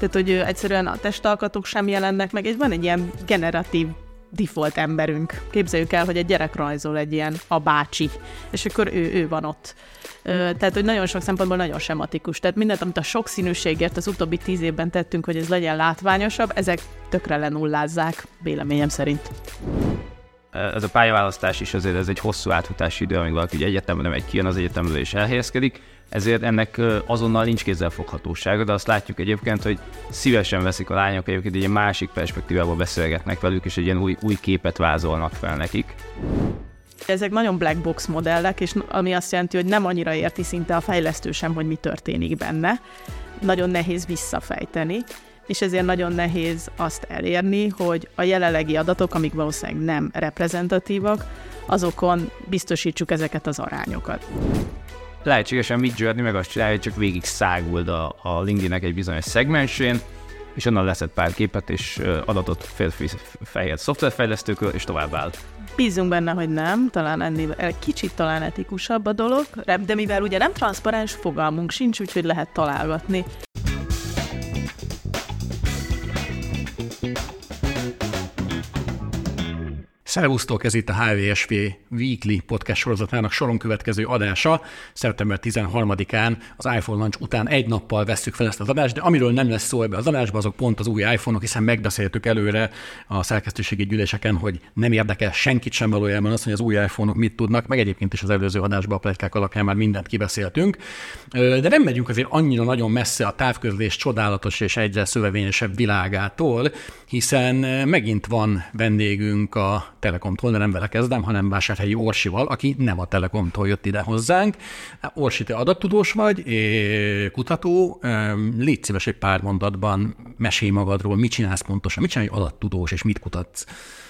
Tehát, hogy egyszerűen a testalkatok sem jelennek meg, van egy ilyen generatív default emberünk. Képzeljük el, hogy egy gyerek rajzol egy ilyen a bácsi, és akkor ő van ott. Tehát, hogy nagyon sok szempontból nagyon sematikus. Tehát mindent, amit a sokszínűségért az utóbbi 10 évben tettünk, hogy ez legyen látványosabb, ezek tökre lenullázzák, véleményem szerint. Ez a pályaválasztás is azért ez egy hosszú átfutási idő, amíg valaki egyetemre megy, kijön az egyetemről és elhelyezkedik, ezért ennek azonnal nincs kézzelfoghatósága, de azt látjuk egyébként, hogy szívesen veszik a lányok, egyébként egy másik perspektívából beszélgetnek velük, és egy ilyen új képet vázolnak fel nekik. Ezek nagyon black box modellek, és ami azt jelenti, hogy nem annyira érti szinte a fejlesztő sem, hogy mi történik benne. Nagyon nehéz visszafejteni, és ezért nagyon nehéz azt elérni, hogy a jelenlegi adatok, amik valószínűleg nem reprezentatívak, azokon biztosítsuk ezeket az arányokat. Lehetségesen Midjourney meg azt csinálja, hogy csak végig száguld a LinkedInnek egy bizonyos szegmensén, és onnan leszed pár képet, és adatot férfi-fehér szoftverfejlesztőkről, és tovább áll. Bízunk benne, hogy nem, talán ennél kicsit talán etikusabb a dolog, de mivel ugye nem transzparens, fogalmunk sincs, úgyhogy lehet találgatni. Szervusztok, ez itt a HVSV Weekly podcast sorozatának soron következő adása. Szeptember 13-án az iPhone launch után egy nappal vesszük fel ezt az adást, de amiről nem lesz szó ebbe az adásban, azok pont az új iPhone-ok, hiszen megbeszéltük előre a szerkesztőségi gyűléseken, hogy nem érdekel senkit sem valójában az, hogy az új iPhone-ok mit tudnak, meg egyébként is az előző adásban a pletykák alapján már mindent kibeszéltünk. De nem megyünk azért annyira nagyon messze a távközlés csodálatos és egyre szövevényesebb világától, hiszen megint van vendégünk a Telekomtól, de nem vele kezdem, hanem Vásárhelyi Orsival, aki nem a Telekomtól jött ide hozzánk. Orsi, te adattudós vagy, kutató, légy szíves egy pár mondatban mesélj magadról, mit csinálsz pontosan, mit csinálj adattudós, és mit kutatsz?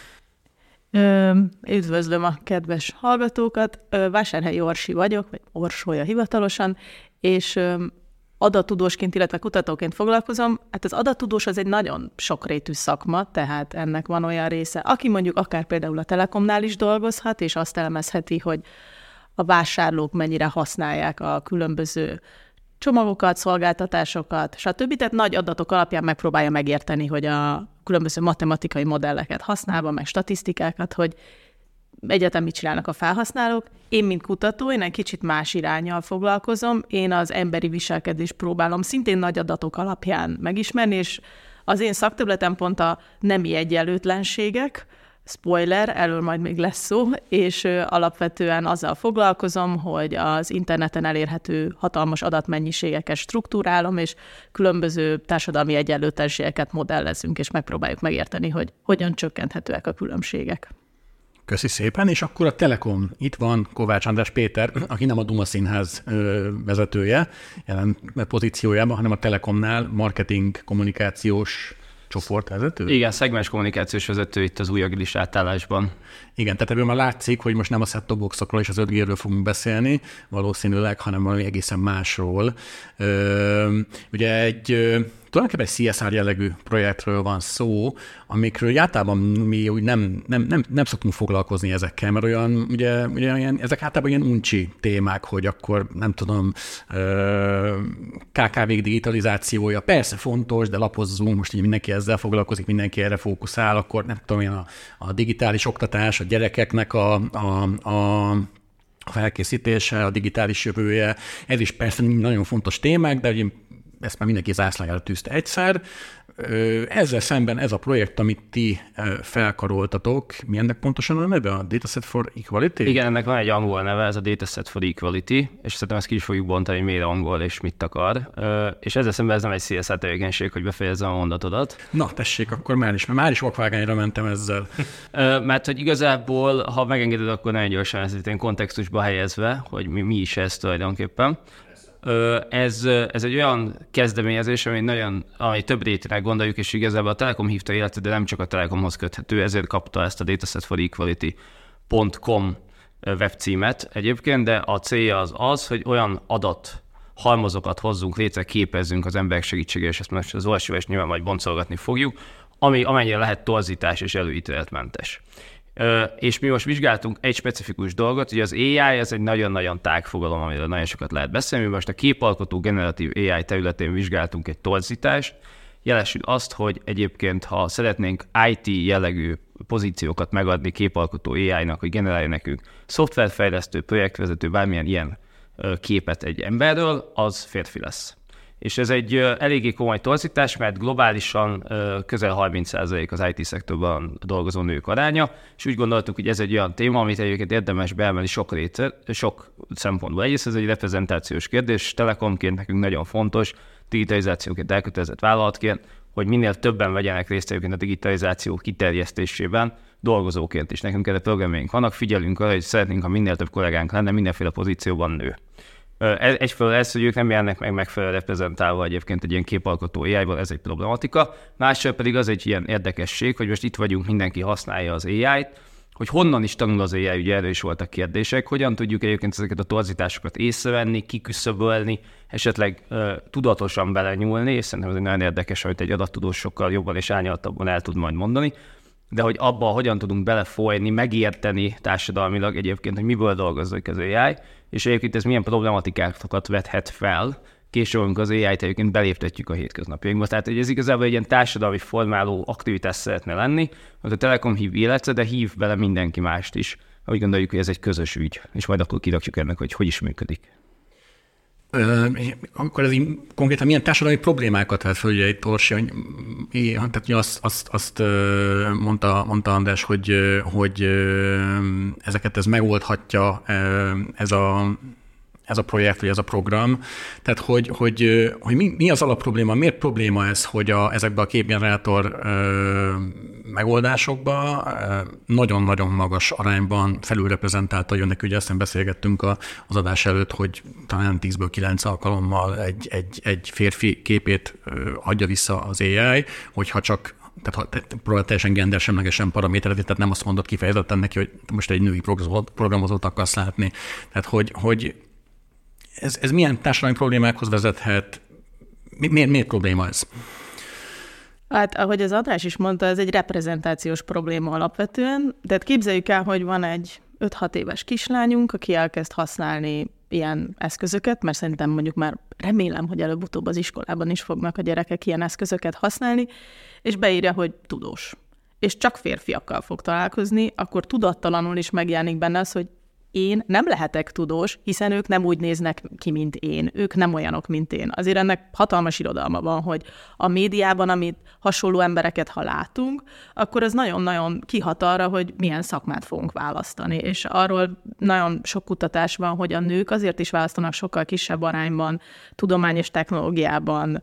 Üdvözlöm a kedves hallgatókat, Vásárhelyi Orsi vagyok, vagy Orsolya hivatalosan, és adattudósként, illetve kutatóként foglalkozom. Hát az adattudós az egy nagyon sokrétű szakma, tehát ennek van olyan része, aki mondjuk akár például a Telekomnál is dolgozhat, és azt elemezheti, hogy a vásárlók mennyire használják a különböző csomagokat, szolgáltatásokat, stb. Tehát nagy adatok alapján megpróbálja megérteni, hogy a különböző matematikai modelleket használva, meg statisztikákat, hogy egyáltalán mit csinálnak a felhasználók. Én, mint kutató, én egy kicsit más iránnyal foglalkozom. Én az emberi viselkedést próbálom szintén nagy adatok alapján megismerni, és az én szakterületem pont a nemi egyenlőtlenségek, spoiler, erről majd még lesz szó, és alapvetően azzal foglalkozom, hogy az interneten elérhető hatalmas adatmennyiségeket struktúrálom, és különböző társadalmi egyenlőtlenségeket modellezünk, és megpróbáljuk megérteni, hogy hogyan csökkenthetőek a különbségek. Köszi szépen, és akkor a Telekom. Itt van Kovács András Péter, aki nem a Duma Színház vezetője, jelen pozíciójában, hanem a Telekomnál marketing kommunikációs csoportvezető? Igen, szegmens kommunikációs vezető itt az új agilis átállásban. Igen, tehát ebből már látszik, hogy most nem a set-top boxokról és az 5G-ről fogunk beszélni, valószínűleg, hanem valami egészen másról. Ugye tulajdonképpen egy CSR jellegű projektről van szó, amikről általában mi úgy nem szoktunk foglalkozni ezekkel, mert ugye ezek általában ilyen uncsi témák, hogy akkor nem tudom, KKV-k digitalizációja persze fontos, de lapozzunk, most így mindenki ezzel foglalkozik, mindenki erre fókuszál, akkor nem tudom, a digitális oktatás, a gyerekeknek a felkészítése, a digitális jövője, ez is persze nagyon fontos témák, de ugye ezt már mindenki zászlajára tűzte egyszer. Ezzel szemben ez a projekt, amit ti felkaroltatok, mi ennek pontosan a neve? A Dataset for Equality? Igen, ennek van egy angol neve, ez a Dataset for Equality, és szerintem ezt ki is fogjuk bontani, hogy miért angol és mit akar. És ezzel szemben ez nem egy CSR tevékenység, hogy befejezzem a mondatodat. Na, tessék, akkor már is vakvágányra mentem ezzel. Mert hogy igazából, ha megengeded, akkor nagyon gyorsan ezt én kontextusba helyezve, hogy mi is ez tulajdonképpen. Ez egy olyan kezdeményezés, ami több rétegre gondoljuk, és igazából a Telekom hívta életet, de nem csak a Telekomhoz köthető, ezért kapta ezt a datasetforequality.com webcímet egyébként, de a célja az, hogy olyan adathalmazokat hozzunk létre, képezzünk az emberek segítségével, és ezt most az Orsival is nyilván majd boncolgatni fogjuk, amennyire lehet torzítás és előítéletmentes. És mi most vizsgáltunk egy specifikus dolgot, hogy az AI ez egy nagyon-nagyon tág fogalom, amiről nagyon sokat lehet beszélni. Mi most a képalkotó generatív AI területén vizsgáltunk egy torzítást, jelesül azt, hogy egyébként, ha szeretnénk IT jellegű pozíciókat megadni képalkotó AI-nak, hogy generálja nekünk szoftverfejlesztő, projektvezető, bármilyen ilyen képet egy emberről, az férfi lesz. És ez egy eléggé komoly torzítás, mert globálisan közel 30% az IT-szektorban dolgozó nők aránya, és úgy gondoltuk, hogy ez egy olyan téma, amit egyébként érdemes beemelni sok szempontból. Egyrészt ez egy reprezentációs kérdés, telekomként nekünk nagyon fontos, digitalizációként elkötelezett vállalatként, hogy minél többen vegyenek részt egyébként a digitalizáció kiterjesztésében, dolgozóként is. Nekünk erre programjaink vannak, figyelünk arra, hogy szeretnénk, ha minél több kollégánk lenne, mindenféle pozícióban nő. Egyfelől ez, hogy ők nem jelennek meg megfelelően reprezentálva egyébként egy ilyen képalkotó AI-val, ez egy problematika. Másfelől pedig az egy ilyen érdekesség, hogy most itt vagyunk, mindenki használja az AI-t, hogy honnan is tanul az AI, ugye erről is voltak kérdések, hogyan tudjuk egyébként ezeket a torzításokat észrevenni, kiküszöbölni, esetleg tudatosan belenyúlni, és szerintem ez egy nagyon érdekes, amit egy adattudós sokkal jobban és árnyaltabban el tud majd mondani, de hogy abban hogyan tudunk belefolyni, megérteni társadalmilag egyébként, hogy miből dolgozik az AI, és egyébként ez milyen problematikákat vethet fel, később, amikor az AI-t egyébként beléptetjük a hétköznapjainkba. Tehát hogy ez igazából egy ilyen társadalmi formáló aktivitás szeretne lenni, hogy a Telekom hív életre, de hív bele mindenki mást is. Úgy gondoljuk, hogy ez egy közös ügy, és majd akkor kirakjuk ennek, hogy is működik. Akkor ez így konkrétan milyen társadalmi problémákat vet fel, ugye itt Orsi, tehát azt mondta András, hogy ezeket ez megoldhatja ez a projekt, vagy ez a program. Tehát, hogy mi az alapprobléma, miért probléma ez, hogy ezekben a képgenerátor megoldásokban nagyon-nagyon magas arányban felülreprezentálta jönnek, ugye ezt beszélgettünk az adás előtt, hogy talán 10-ből 9 alkalommal egy férfi képét adja vissza az AI, hogyha csak tehát próbál teljesen gendersemlegesen paraméterezni, tehát nem azt mondod kifejezetten neki, hogy most egy női programozót akarsz látni. Tehát, hogy ez milyen társadalmi problémákhoz vezethet? Miért probléma ez? Hát, ahogy az András is mondta, ez egy reprezentációs probléma alapvetően, de képzeljük el, hogy van egy 5-6 éves kislányunk, aki elkezd használni ilyen eszközöket, mert szerintem mondjuk már remélem, hogy előbb-utóbb az iskolában is fognak a gyerekek ilyen eszközöket használni, és beírja, hogy tudós. És csak férfiakkal fog találkozni, akkor tudattalanul is megjelenik benne az, hogy én nem lehetek tudós, hiszen ők nem úgy néznek ki, mint én. Ők nem olyanok, mint én. Azért ennek hatalmas irodalma van, hogy a médiában, amit hasonló embereket, ha látunk, akkor az nagyon-nagyon kihat arra, hogy milyen szakmát fogunk választani. És arról nagyon sok kutatás van, hogy a nők azért is választanak sokkal kisebb arányban tudomány és technológiában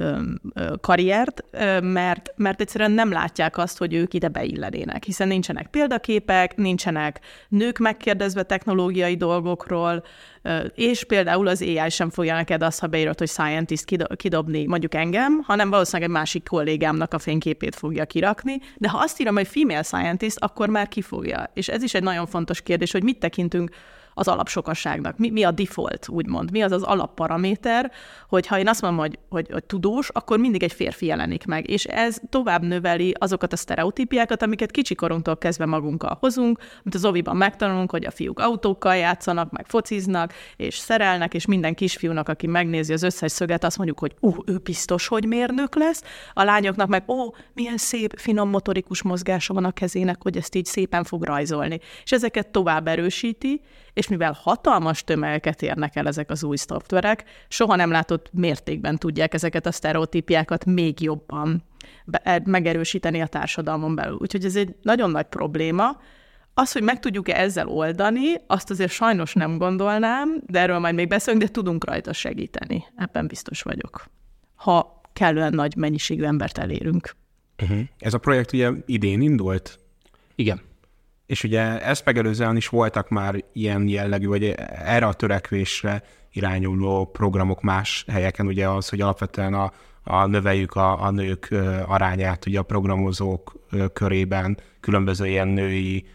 karriert, mert egyszerűen nem látják azt, hogy ők ide beillenének, hiszen nincsenek példaképek, nincsenek nők megkérdezve technológiai dolgokról, és például az AI sem fogja neked azt, ha beírod, hogy scientist kidobni mondjuk engem, hanem valószínűleg egy másik kollégámnak a fényképét fogja kirakni, de ha azt írom, hogy female scientist, akkor már ki fogja. És ez is egy nagyon fontos kérdés, hogy mit tekintünk az alapsokasságnak. Mi a default, úgymond? Mi az az alapparaméter, hogyha én azt mondom, hogy tudós, akkor mindig egy férfi jelenik meg. És ez tovább növeli azokat a sztereotípiákat, amiket kicsikorunktól kezdve magunkkal hozunk, mint az oviban megtanulunk, hogy a fiúk autókkal játszanak, meg fociznak, és szerelnek, és minden kisfiúnak, aki megnézi az összes szöget, azt mondjuk, hogy ő biztos, hogy mérnök lesz. A lányoknak meg, milyen szép, finom motorikus mozgása van a kezének, hogy ezt így szépen fog rajzolni. És ezeket tovább erősíti, és mivel hatalmas tömegeket érnek el ezek az új szoftverek, soha nem látott mértékben tudják ezeket a sztereotípiákat még jobban megerősíteni a társadalmon belül. Úgyhogy ez egy nagyon nagy probléma. Az, hogy meg tudjuk-e ezzel oldani, azt azért sajnos nem gondolnám, de erről majd még beszélünk, de tudunk rajta segíteni. Ebben biztos vagyok. Ha kellően nagy mennyiségű embert elérünk. Ez a projekt ugye idén indult? Igen. És ugye ezt megelőzően is voltak már ilyen jellegű, vagy erre a törekvésre irányuló programok más helyeken, ugye az, hogy alapvetően növeljük a nők arányát ugye a programozók körében, különböző ilyen női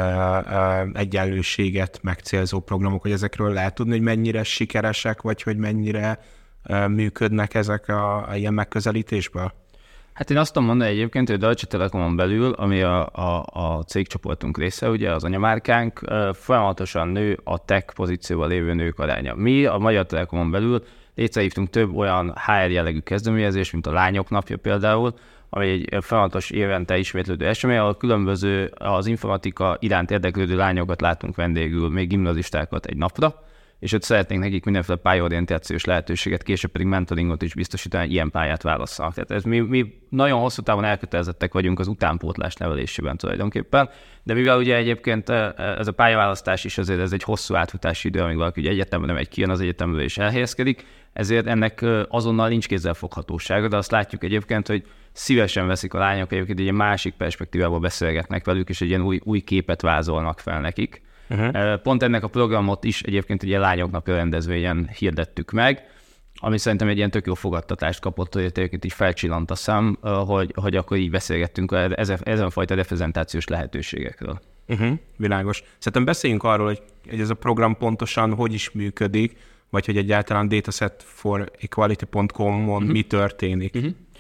egyenlőséget megcélzó programok, hogy ezekről lehet tudni, hogy mennyire sikeresek, vagy hogy mennyire működnek ezek a ilyen megközelítésből? Hát én azt tudom mondani egyébként, hogy a Deutsche Telekomon belül, ami a cégcsoportunk része, ugye az anyamárkánk, folyamatosan nő a tech pozícióval lévő nők aránya. Mi a Magyar Telekomon belül létrehívtunk több olyan HR jellegű kezdeményezés, mint a Lányok Napja például, ami egy folyamatos évente ismétlődő esemény, ahol különböző az informatika iránt érdeklődő lányokat látunk vendégül, még gimnazistákat egy napra, és ott szeretnénk nekik mindenféle pályaorientációs lehetőséget, később pedig mentoringot is biztosítani, hogy ilyen pályát válasszanak. Tehát ez mi nagyon hosszú távon elkötelezettek vagyunk az utánpótlás nevelésében tulajdonképpen, de mivel ugye egyébként ez a pályaválasztás is azért ez egy hosszú átfutási idő, amíg valaki egyetemben megy, kijön az egyetemről és elhelyezkedik, ezért ennek azonnal nincs kézzelfoghatósága, de azt látjuk egyébként, hogy szívesen veszik a lányok, egyébként egy másik perspektívából beszélgetnek velük, és egy ilyen új képet vázolnak fel nekik. Pont ennek a programot is egyébként ugye Lányok Napja rendezvényen hirdettük meg, ami szerintem egy ilyen tök jó fogadtatást kapott, hogy egyébként így felcsillant a szám, hogy akkor így beszélgettünk ezen fajta reprezentációs lehetőségekről. Világos. Szerintem beszéljünk arról, hogy ez a program pontosan hogy is működik, vagy hogy egyáltalán datasetforequality.com-on mi történik.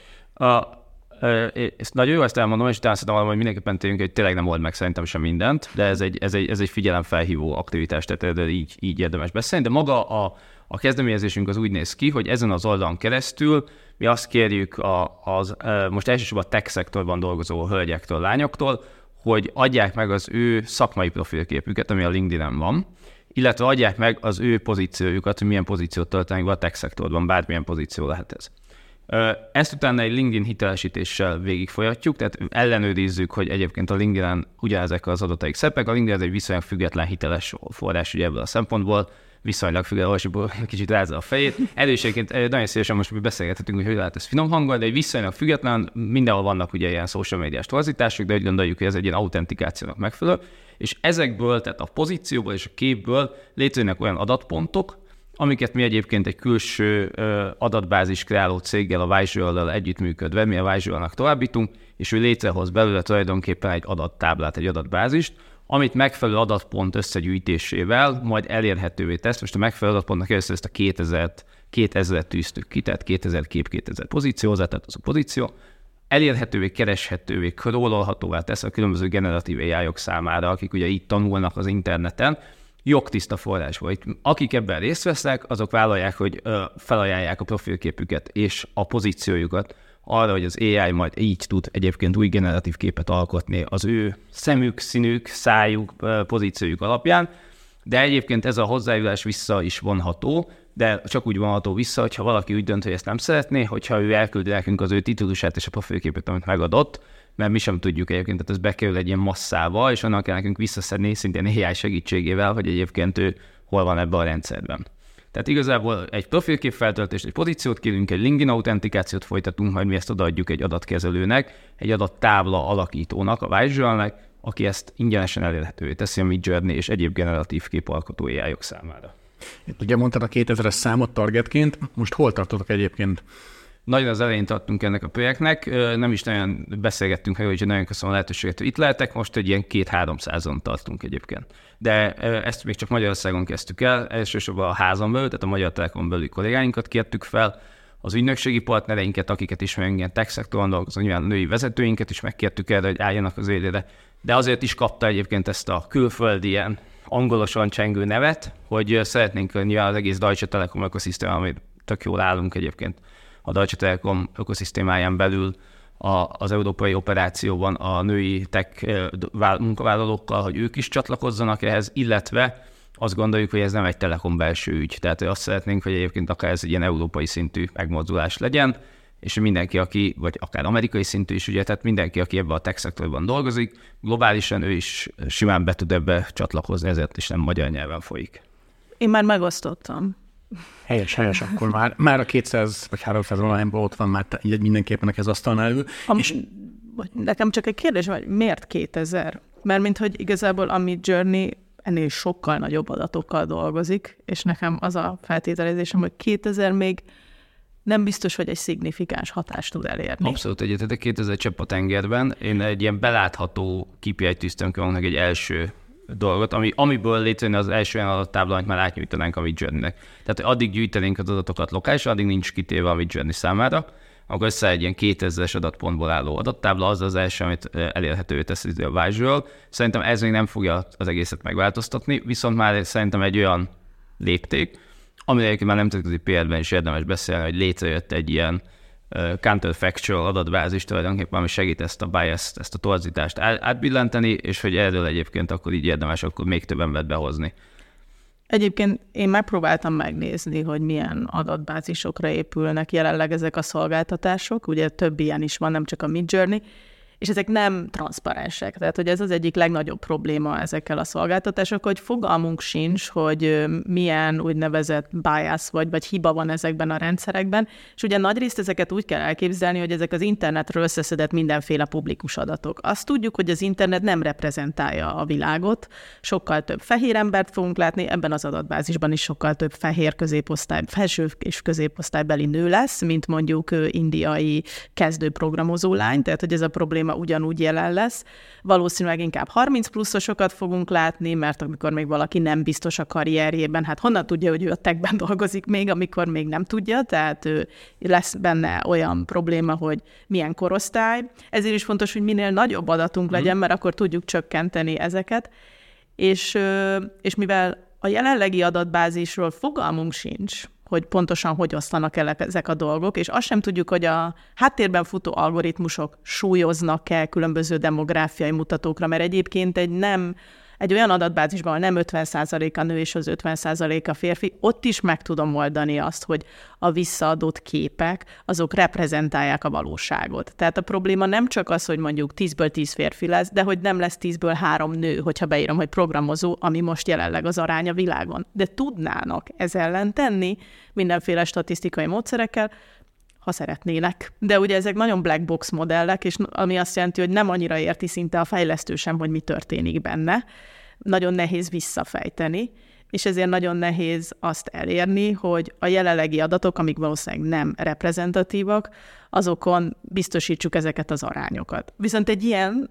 Ezt nagyon jó, ezt elmondom, és utána szerintem hogy mindenképpen tényleg, hogy tényleg nem old meg szerintem sem mindent, de ez egy figyelemfelhívó aktivitás, tehát így érdemes beszélni, de maga a kezdeményezésünk az úgy néz ki, hogy ezen az oldalon keresztül mi azt kérjük most elsősorban a tech szektorban dolgozó hölgyektől, lányoktól, hogy adják meg az ő szakmai profilképüket, ami a LinkedIn-en van, illetve adják meg az ő pozíciójukat, hogy milyen pozíciót töltenek be a tech szektorban, bármilyen pozíció lehet ez. Ezt utána egy LinkedIn hitelesítéssel végigfolyatjuk, tehát ellenőrizzük, hogy egyébként a LinkedIn-en ugyanezek az adataik szerepelnek. A LinkedIn egy viszonylag független hiteles forrás ugye ebből a szempontból, viszonylag független, kicsit rázza a fejét. Előségként nagyon szívesen most mi beszélgethetünk, hogy lehet ez finom hanggal, de egy viszonylag független, mindenhol vannak ugye ilyen social médiás torzítások, de úgy gondoljuk, hogy ez egy ilyen autentikációnak megfelelő, és ezekből, tehát a pozícióból és a képből létrejönnek olyan adatpontok, amiket mi egyébként egy külső adatbázis kreáló céggel, a Visual-lal együttműködve, mi a Visual-nak továbbítunk, és ő létrehoz belőle tulajdonképpen egy adattáblát, egy adatbázist, amit megfelelő adatpont összegyűjtésével majd elérhetővé tesz. Most a megfelelő adatpontnak először ezt a 2000-et tűztük ki, tehát 2000 kép, 2000 pozíció, tehát az a pozíció, elérhetővé, kereshetővé, crawlolhatóvá tesz a különböző generatív AI-ok számára, akik ugye itt tanulnak az interneten, jogtiszta forrásból. Akik ebben részt vesznek, azok vállalják, hogy felajánlják a profilképüket és a pozíciójukat arra, hogy az AI majd így tud egyébként új generatív képet alkotni az ő szemük, színük, szájuk, pozíciójuk alapján, de egyébként ez a hozzájárulás vissza is vonható, de csak úgy vonható vissza, hogyha valaki úgy dönt, hogy ezt nem szeretné, hogyha ő elküldi nekünk az ő titulusát és a profilképet, amit megadott, mert mi sem tudjuk egyébként, tehát ez bekerül egy ilyen masszába, és onnan kell nekünk visszaszedni szintén AI segítségével, hogy egyébként ő hol van ebben a rendszerben. Tehát igazából egy profilkép feltöltést, egy pozíciót kérünk, egy LinkedIn autentikációt folytatunk, majd mi ezt odaadjuk egy adatkezelőnek, egy adattábla alakítónak, a Visualnek, aki ezt ingyenesen elérhetővé teszi a Midjourney és egyéb generatív képalkotó AI-ok számára. Itt ugye mondtad a 2000-es számot targetként, most hol tartotok egyébként? Nagyon az elején tartunk ennek a projektnek, nem is nagyon beszélgettünk, hogy nagyon köszönöm a lehetőséget, hogy itt lehetek, most egy ilyen 200-300-on tartunk egyébként. De ezt még csak Magyarországon kezdtük el, elsősorban a házon belül, tehát a Magyar Telekom belüli kollégáinkat kértük fel, az ügynökségi partnereinket, akiket ismerünk, ilyen tech szektoron dolgozó, nyilván női vezetőinket is megkértük erre, hogy álljanak az élére. De azért is kapta egyébként ezt a külföldi ilyen angolosan csengő nevet, hogy szeretnénk nyilván az egész Deutsche Telekom ökoszisztéma, amit tök jól állunk egyébként a Deutsche Telekom ökoszisztémáján belül az európai operációban a női tech munkavállalókkal, hogy ők is csatlakozzanak ehhez, illetve azt gondoljuk, hogy ez nem egy Telekom belső ügy. Tehát azt szeretnénk, hogy egyébként akár ez egy ilyen európai szintű megmozdulás legyen, és mindenki, aki, vagy akár amerikai szintű is, ugye, tehát mindenki, aki ebben a tech szektorban dolgozik, globálisan ő is simán be tud ebbe csatlakozni, ezért is nem magyar nyelven folyik. Én már megosztottam. Helyes, akkor már a 200 vagy 300 online-ból ott van már mindenképpen ez asztalnál ül. Nekem csak egy kérdés, hogy miért 2000? Mert minthogy igazából a Midjourney ennél sokkal nagyobb adatokkal dolgozik, és nekem az a feltételezésem, hogy 2000 még nem biztos, hogy egy szignifikáns hatást tud elérni. Abszolút egyetetek, 2000 csepp a tengerben. Én egy ilyen belátható KPI-t tűztem ki magunknak egy első dolgot, amiből létrejön az első olyan adattábla, amit már átnyújtanánk a Midjourney-nek. Tehát addig gyűjtenénk az adatokat lokálisan, addig nincs kitéve a Midjourney számára, akkor össze egy ilyen 2000-es adatpontból álló adattábla, az az első, amit elérhetővé tesz a Visual. Szerintem ez még nem fogja az egészet megváltoztatni, viszont már szerintem egy olyan lépték, Amire egyébként már nemzetközi PR-ben is érdemes beszélni, hogy létrejött egy ilyen counterfactual adatbázis tulajdonképpen, ami segít ezt a bias-t, ezt a torzítást átbillenteni, és hogy erről egyébként akkor így érdemes akkor még több embert behozni. Egyébként én megpróbáltam megnézni, hogy milyen adatbázisokra épülnek jelenleg ezek a szolgáltatások, ugye több ilyen is van, nem csak a Midjourney, és ezek nem transzparensek. Tehát, hogy ez az egyik legnagyobb probléma ezekkel a szolgáltatásokkal, hogy fogalmunk sincs, hogy milyen úgynevezett bias vagy hiba van ezekben a rendszerekben, és ugye nagyrészt ezeket úgy kell elképzelni, hogy ezek az internetről összeszedett mindenféle publikus adatok. Azt tudjuk, hogy az internet nem reprezentálja a világot, sokkal több fehér embert fogunk látni, ebben az adatbázisban is sokkal több fehér középosztály, felső és középosztálybeli nő lesz, mint mondjuk indiai kezdő programozó lány, tehát hogy ez a probléma ugyanúgy jelen lesz. Valószínűleg inkább 30 pluszosokat fogunk látni, mert amikor még valaki nem biztos a karrierjében, hát honnan tudja, hogy ő a techben dolgozik még, amikor még nem tudja, tehát lesz benne olyan probléma, hogy milyen korosztály. Ezért is fontos, hogy minél nagyobb adatunk legyen, mert akkor tudjuk csökkenteni ezeket. És mivel a jelenlegi adatbázisról fogalmunk sincs, hogy pontosan hogy oszlanak el ezek a dolgok, és azt sem tudjuk, hogy a háttérben futó algoritmusok súlyoznak-e különböző demográfiai mutatókra, mert egyébként egy olyan adatbázisban, ahol nem 50% a nő és az 50% a férfi, ott is meg tudom oldani azt, hogy a visszaadott képek, azok reprezentálják a valóságot. Tehát a probléma nem csak az, hogy mondjuk 10-ből 10 férfi lesz, de hogy nem lesz 10-ből 3 nő, hogyha beírom, hogy programozó, ami most jelenleg az arány a világon. De tudnának ez ellen tenni mindenféle statisztikai módszerekkel, ha szeretnének. De ugye ezek nagyon black box modellek, és ami azt jelenti, hogy nem annyira érti szinte a fejlesztő sem, hogy mi történik benne. Nagyon nehéz visszafejteni, és ezért nagyon nehéz azt elérni, hogy a jelenlegi adatok, amik valószínűleg nem reprezentatívak, azokon biztosítsuk ezeket az arányokat. Viszont egy ilyen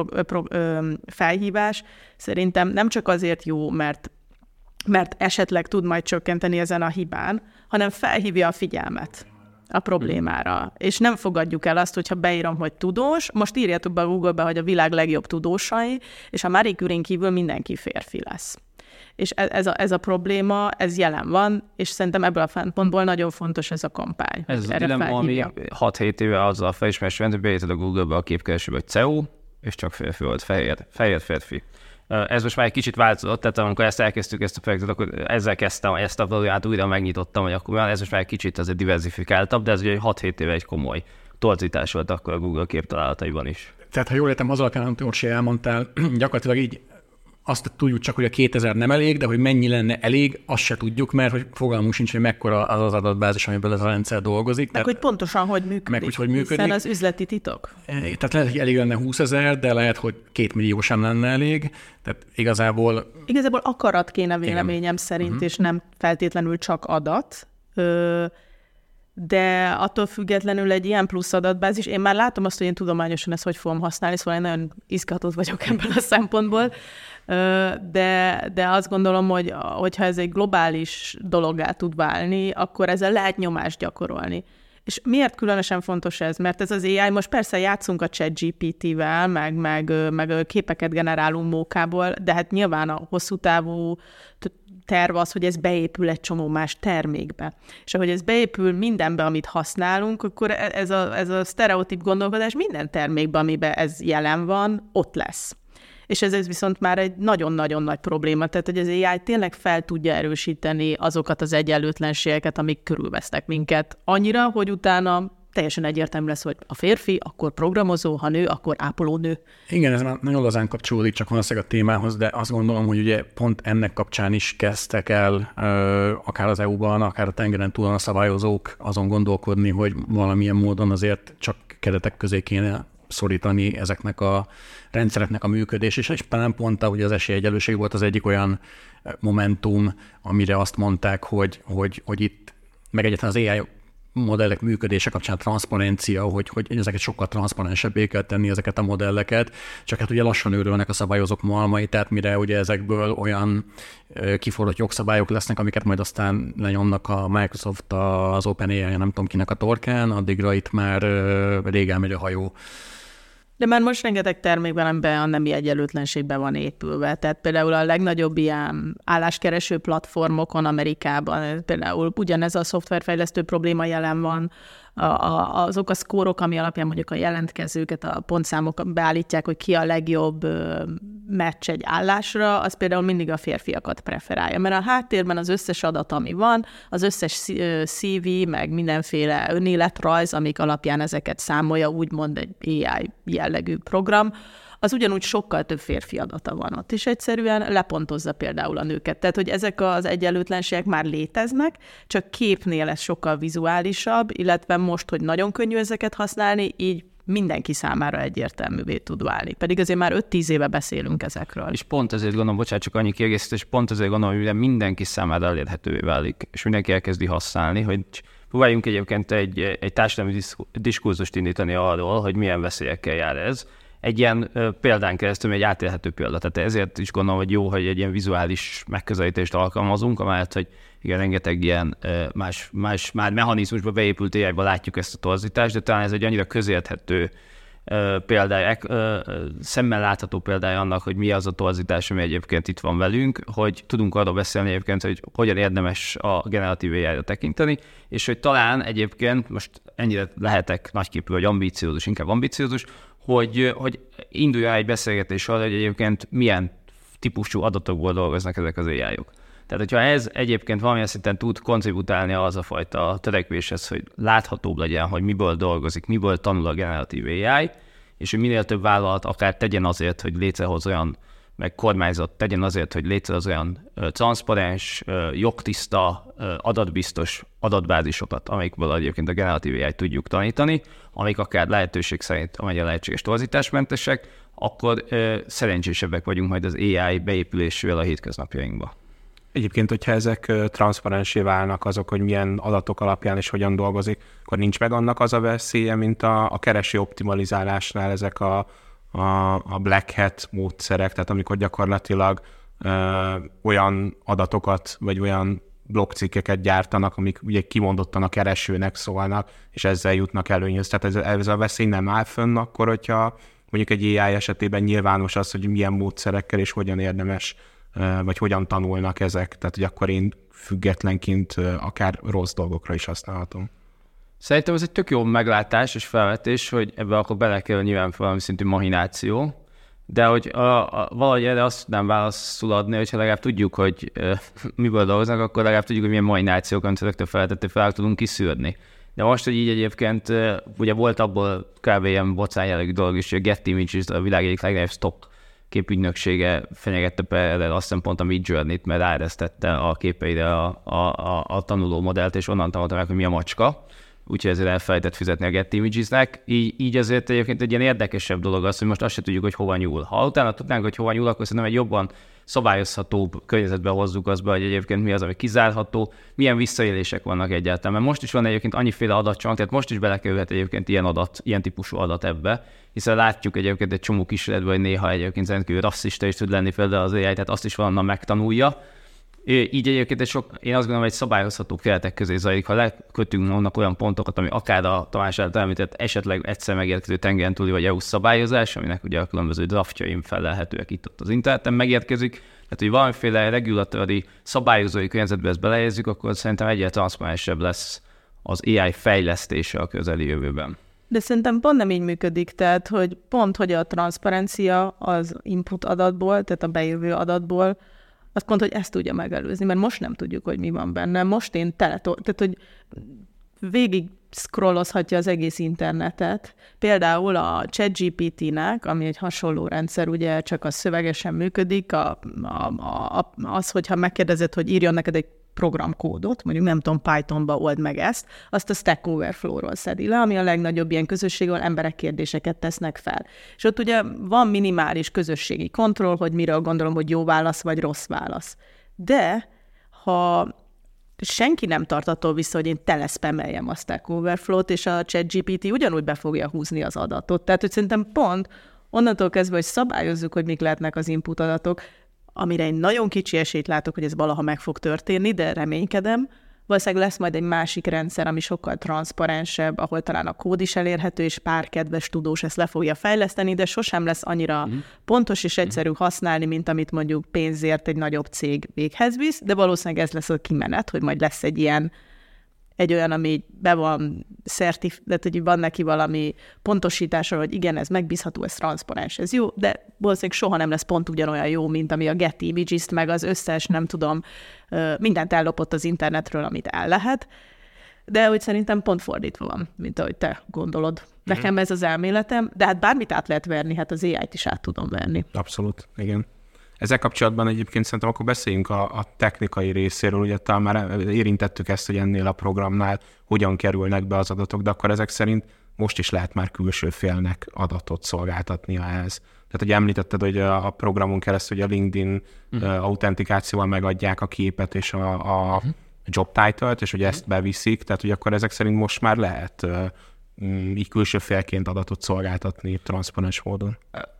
felhívás szerintem nem csak azért jó, mert esetleg tud majd csökkenteni ezen a hibán, hanem felhívja a figyelmet a problémára. És nem fogadjuk el azt, hogyha beírom, hogy tudós, most írjátok be a Google-be, hogy a világ legjobb tudósai, és a Marie Curie-n kívül mindenki férfi lesz. És ez a probléma, ez jelen van, és szerintem ebből a szempontból nagyon fontos ez a kampány. Ez az dilemma, ami 6-7 éve azzal a felismerés, hogy beírtad a Google-be a képkeresőbe, hogy CEO, és csak férfi volt, fehér férfi. Ez most már egy kicsit változott, tehát amikor elkezdtük ezt a projektet, akkor ezzel kezdtem, ezt a valóját újra megnyitottam, hogy akkor ez most már egy kicsit azért diversifikáltabb, de ez ugye 6-7 éve egy komoly torzítás volt akkor a Google képtalálataiban is. Tehát ha jól értem, az alapján, amit Orsi elmondtál, gyakorlatilag így azt tudjuk csak, hogy a 2000 nem elég, de hogy mennyi lenne elég, azt se tudjuk, mert hogy fogalmunk sincs, hogy mekkora az adatbázis, amiből ez a rendszer dolgozik. Meg hogy pontosan hogy működik, hiszen az üzleti titok. Tehát lehet, hogy elég lenne 20 000, de lehet, hogy 2 millió sem lenne elég. Tehát igazából akarat kéne véleményem szerint, és nem feltétlenül csak adat. De attól függetlenül egy ilyen plusz adatbázis, én már látom azt, hogy én tudományosan ezt hogy fogom használni, szóval én nagyon izgatott vagyok ebből a szempontból, de azt gondolom, hogy hogyha ez egy globális dologgá tud válni, akkor ezzel lehet nyomást gyakorolni. És miért különösen fontos ez? Mert ez az AI, most persze játszunk a ChatGPT-vel, meg képeket generálunk mókából, de hát nyilván a hosszú távú terv az, hogy ez beépül egy csomó más termékbe. És ahogy ez beépül mindenbe, amit használunk, akkor ez a sztereotíp gondolkodás minden termékben, amiben ez jelen van, ott lesz. És ez viszont már egy nagyon-nagyon nagy probléma, tehát hogy az AI tényleg fel tudja erősíteni azokat az egyenlőtlenségeket, amik körülvesznek minket. Annyira, hogy utána teljesen egyértelmű lesz, hogy a férfi, akkor programozó, ha nő, akkor ápolónő. Igen, ez már nagyon lazán kapcsolódik csak valószínűleg a témához, de azt gondolom, hogy ugye pont ennek kapcsán is kezdtek el akár az EU-ban, akár a tengeren túlon a szabályozók azon gondolkodni, hogy valamilyen módon azért csak keretek közé kéne szorítani ezeknek a rendszereknek a működés, és talán pont hogy az esélyegyenlőség volt az egyik olyan momentum, amire azt mondták, hogy itt meg egyáltalán az AI modellek működése kapcsán transzparencia, hogy ezeket sokkal transzparensebbé kell tenni ezeket a modelleket, csak hát ugye lassan őrülnek a szabályozók malmai, tehát mire ugye ezekből olyan kiforrott jogszabályok lesznek, amiket majd aztán lenyomnak a Microsoft, az OpenAI, nem tudom kinek a torkán, addigra itt már rég elmegy a hajó. De már most rengeteg termékben, amiben a nemi egyenlőtlenségben van épülve. Tehát például a legnagyobb ilyen álláskereső platformokon Amerikában, például ugyanez a szoftverfejlesztő probléma jelen van, azok a szkórok, ami alapján mondjuk a jelentkezőket, a pontszámok beállítják, hogy ki a legjobb meccs egy állásra, az például mindig a férfiakat preferálja. Mert a háttérben az összes adat, ami van, az összes CV, meg mindenféle önéletrajz, amik alapján ezeket számolja, úgymond egy AI jellegű program, az ugyanúgy sokkal több férfi adata van ott, és egyszerűen lepontozza például a nőket. Tehát, hogy ezek az egyenlőtlenségek már léteznek, csak képnél ez sokkal vizuálisabb, illetve most, hogy nagyon könnyű ezeket használni, így mindenki számára egyértelművé tud válni. Pedig azért már 5-10 éve beszélünk ezekről. És pont ezért gondolom, bocsánat, csak annyi kiegészítés, pont ezért gondolom, hogy mindenki számára elérhetővé válik, és mindenki elkezdi használni, hogy próbáljunk egyébként egy társadalmi diskurzust indítani arról, hogy milyen veszélyekkel jár ez. Egy ilyen példán keresztül egy átélhető példa. Tehát ezért is gondolom, hogy jó, hogy egy ilyen vizuális megközelítést alkalmazunk, amellett, hogy igen, rengeteg ilyen más már mechanizmusba beépült AI-ba látjuk ezt a torzítást, de talán ez egy annyira közérthető példája, szemmel látható példája annak, hogy mi az a torzítás, ami egyébként itt van velünk, hogy tudunk arról beszélni egyébként, hogy hogyan érdemes a generatív AI-ra tekinteni, és hogy talán egyébként, most ennyire lehetek nagyképű, vagy ambíciózus, inkább ambíciózus, hogy induljon egy beszélgetés arra, hogy egyébként milyen típusú adatokból dolgoznak ezek az AI-ok. Tehát, hogyha ez egyébként valamilyen szinten tud kontributálni az a fajta törekvéshez, hogy láthatóbb legyen, hogy miből dolgozik, miből tanul a generatív AI, és hogy minél több vállalat akár tegyen azért, hogy létrehoz olyan, meg kormányzat tegyen azért, hogy létrehoz olyan transzparens, jogtiszta, adatbiztos adatbázisokat, amikből egyébként a generatív AI tudjuk tanítani, amik akár lehetőség szerint, amennyi lehetséges torzításmentesek, akkor szerencsésebbek vagyunk majd az AI beépülésével a hétköznapjainkba. Egyébként, hogyha ezek transzparensé válnak azok, hogy milyen adatok alapján és hogyan dolgozik, akkor nincs meg annak az a veszélye, mint a kereső optimalizálásnál ezek a black hat módszerek, tehát amikor gyakorlatilag olyan adatokat, vagy olyan blokkcikkeket gyártanak, amik ugye kimondottan a keresőnek szólnak, és ezzel jutnak előnyhöz. Tehát ez a veszély nem áll fönn akkor, hogyha mondjuk egy AI esetében nyilvános az, hogy milyen módszerekkel és hogyan érdemes, vagy hogyan tanulnak ezek. Tehát, hogy akkor én függetlenként akár rossz dolgokra is használhatom. Szerintem ez egy tök jó meglátás és felvetés, hogy ebbe akkor bele kell nyilván valami szintű mahináció, de hogy valahogy erre azt tudnám válaszul adni, hogyha legalább tudjuk, hogy miből dolgoznak, akkor legalább tudjuk, hogy milyen mahinációk, amit rögtön feltettél, fel tudunk kiszűrni. De most, hogy így egyébként, ugye volt abból kb. Ilyen bocán jellegű dolog is, hogy a Getty Images, a világ egyik legnagyobb stock képügynöksége fenyegette például azt hiszem pont a Midjourney-t, mert ráeresztette a képeire a tanuló modellt, és onnan tanulta meg, hogy mi a macska. Úgyhogy ezért elfelejtett fizetni a Getty Images-nek. Így azért egyébként egy ilyen érdekesebb dolog az, hogy most azt se tudjuk, hogy hova nyúl. Ha utána tudnánk, hogy hova nyúl, akkor szerintem egy jobban szabályozhatóbb környezetbe hozzuk azt be, hogy egyébként mi az, ami kizárható, milyen visszaélések vannak egyáltalán. Mert most is van egyébként annyiféle adatcsomag, tehát most is belekerülhet egyébként ilyen típusú adat ebbe, hiszen látjuk egyébként egy csomó kísérletben, hogy néha egyébként rendkívül rasszista is tud lenni például az AI, tehát azt is valonnan megtanulja. Így egyébként én azt gondolom, hogy szabályozható keretek közé zajlik, ha lekötünk annak olyan pontokat, ami akár a Tamás által említett esetleg egyszer megérkező tengeren túli vagy EU szabályozás, aminek ugye a különböző draftjaim felelhetőek itt-ott az interneten megérkezik, tehát hogy valamiféle regulatóri szabályozói környezetbe ezt belejezzük, akkor szerintem egyre transzparensebb lesz az AI fejlesztése a közeli jövőben. De szerintem pont nem így működik, tehát hogy pont, hogy a transzparencia az input adatból, tehát a bejövő adatból, az pont, hogy ezt tudja megelőzni, mert most nem tudjuk, hogy mi van benne. Most tehát, hogy végig scrollozhatja az egész internetet. Például a ChatGPT-nek, ami egy hasonló rendszer, ugye csak az szövegesen működik, az, hogyha megkérdezed, hogy írjon neked egy programkódot, mondjuk nem tudom, Pythonba old meg ezt, azt a Stack Overflow-ról szedi le, ami a legnagyobb ilyen közösség, ahol emberek kérdéseket tesznek fel. És ott ugye van minimális közösségi kontroll, hogy miről gondolom, hogy jó válasz vagy rossz válasz. De ha senki nem tart attól vissza, hogy én teleszpemeljem a Stack Overflow-t, és a ChatGPT ugyanúgy be fogja húzni az adatot. Tehát, hogy szerintem pont onnantól kezdve, hogy szabályozzuk, hogy mik lehetnek az input adatok, amire én nagyon kicsi esélyt látok, hogy ez valaha meg fog történni, de reménykedem, Valószínűleg lesz majd egy másik rendszer, ami sokkal transzparensebb, ahol talán a kód is elérhető, és pár kedves tudós ezt le fogja fejleszteni, de sosem lesz annyira pontos és egyszerű használni, mint amit mondjuk pénzért egy nagyobb cég véghez visz, de valószínűleg ez lesz a kimenet, hogy majd lesz egy olyan, ami be van de hogy van neki valami pontosítása, hogy igen, ez megbízható, ez transzparens, ez jó, de valószínűleg soha nem lesz pont ugyanolyan jó, mint ami a Getty Images, meg az összes, nem tudom, mindent ellopott az internetről, amit el lehet, de hogy szerintem pont fordítva van, mint ahogy te gondolod. Nekem ez az elméletem, de hát bármit át lehet verni, hát az AI-t is át tudom verni. Abszolút, igen. Ezzel kapcsolatban egyébként szerintem akkor beszéljünk a technikai részéről, ugye talán már érintettük ezt, hogy ennél a programnál hogyan kerülnek be az adatok, de akkor ezek szerint most is lehet már külső félnek adatot szolgáltatnia ehhez. Tehát, hogy említetted, hogy a programon keresztül, hogy a LinkedIn autentikációval megadják a képet és a job title-t, és hogy ezt beviszik, tehát, hogy akkor ezek szerint most már lehet így külső félként adatot szolgáltatni transzparens módon.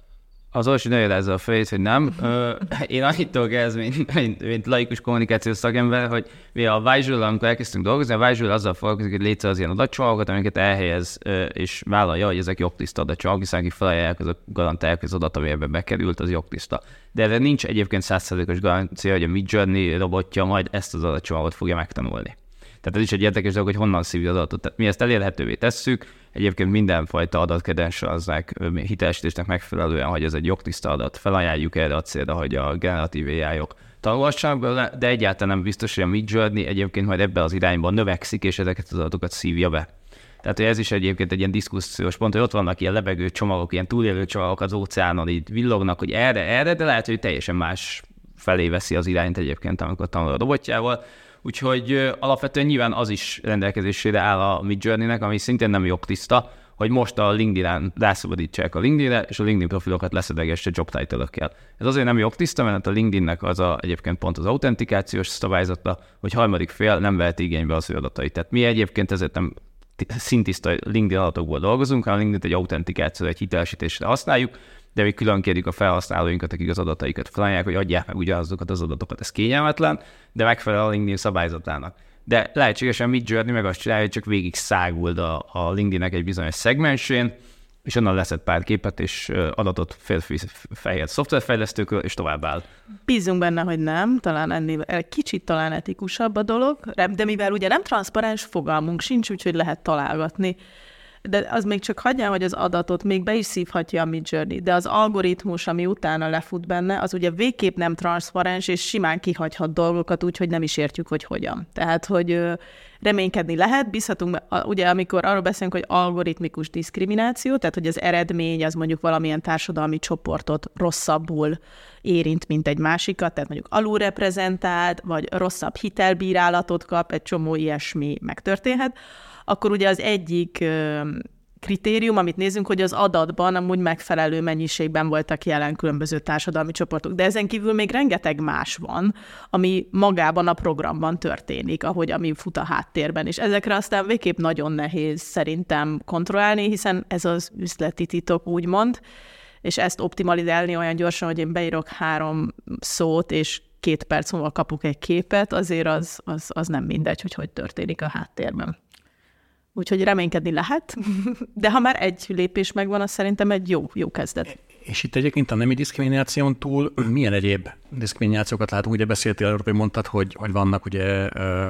Az Orsi nagyon ezzel a fejét, hogy nem. Én annyit tudok ez, mint laikus kommunikációs szakember, hogy mi a Visual, amikor elkezdtünk dolgozni, a Visual azzal foglalkozik, hogy létre az ilyen adatcsomagokat, amiket elhelyez és vállalja, hogy ezek jogtiszta adatcsomagok, hiszen akik felajánlják, azok garantálják, hogy az adat, ami ebbe bekerült, az jogtiszta. De erre nincs egyébként 100%-os garancia, hogy a Midjourney robotja majd ezt az adatcsomagot fogja megtanulni. Tehát ez is egy érdekes dolog, hogy honnan szívja az adatot. Tehát mi ezt elérhetővé tesszük, egyébként mindenfajta adatkedensrazzák hitelesítésnek megfelelően, hogy ez egy jogtiszta adat, felajánljuk erre a célra, hogy a generatív AI-ok tanulhassanak belőle, de egyáltalán nem biztos, hogy a Midjourney egyébként majd ebbe az irányban növekszik, és ezeket az adatokat szívja be. Tehát hogy ez is egyébként egy ilyen diszkussziós pont, hogy ott vannak ilyen lebegő csomagok, ilyen túlélő csomagok az óceánon, így villognak, hogy erre, de lehet, hogy teljesen más felé veszi az irányt egyébként, amikor tanul a robotjával. Úgyhogy alapvetően nyilván az is rendelkezésére áll a Midjourney-nek, ami szintén nem jogtiszta, hogy most a LinkedIn-en rászabadítsák a LinkedIn-re, és a LinkedIn profilokat leszedegesse job title-ökkel. Ez azért nem jogtiszta, mert a LinkedIn-nek az egyébként pont az autentikációs szabályzata, hogy harmadik fél nem vehet igénybe az ő adatait. Tehát mi egyébként ezért nem szintiszta LinkedIn adatokból dolgozunk, hanem LinkedIn-t egy autentikációra, egy hitelesítésre használjuk, de mi külön kérjük a felhasználóinkat, akik az adataikat felajánlják, hogy adják meg ugyanazokat az adatokat. Ez kényelmetlen, de megfelel a LinkedIn szabályzatának. De lehetségesen Midjourney meg azt csinálja, hogy csak végig száguld a LinkedIn-nek egy bizonyos szegmensén, és onnan leszed pár képet, és adatot fehér szoftverfejlesztőkről, és tovább áll. Bízunk benne, hogy nem, talán ennél kicsit talán etikusabb a dolog, de mivel ugye nem transzparens, fogalmunk sincs, úgyhogy lehet találgatni. De az még csak hagyján, hogy az adatot még be is szívhatja a Midjourney, de az algoritmus, ami utána lefut benne, az ugye végképp nem transzparens, és simán kihagyhat dolgokat úgy, hogy nem is értjük, hogy hogyan. Tehát, hogy reménykedni lehet, bízhatunk, ugye amikor arról beszélünk, hogy algoritmikus diszkrimináció, tehát, hogy az eredmény az mondjuk valamilyen társadalmi csoportot rosszabbul érint, mint egy másikat, tehát mondjuk alulreprezentált, vagy rosszabb hitelbírálatot kap, egy csomó ilyesmi megtörténhet, akkor ugye az egyik kritérium, amit nézünk, hogy az adatban amúgy megfelelő mennyiségben voltak jelen különböző társadalmi csoportok. De ezen kívül még rengeteg más van, ami magában a programban történik, ami fut a háttérben. És ezekre aztán végképp nagyon nehéz szerintem kontrollálni, hiszen ez az üzleti titok, úgymond, és ezt optimalizálni olyan gyorsan, hogy én beírok 3 szót, és 2 perc múlva kapok egy képet, azért az nem mindegy, hogy történik a háttérben. Úgyhogy reménykedni lehet, de ha már egy lépés megvan, az szerintem egy jó kezdet. És itt egyébként a nemi diszkrimináción túl milyen egyéb diszkriminációkat látunk? Ugye beszéltél arról, hogy mondtad, hogy vannak ugye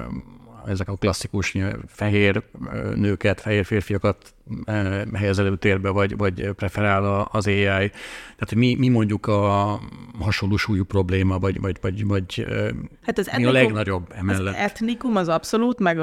ezek a klasszikus fehér nőket, fehér férfiakat helyez előtérbe, vagy preferál az AI. Tehát mi mondjuk a hasonló súlyú probléma, vagy hát az mi a legnagyobb emellett? Az etnikum az abszolút, meg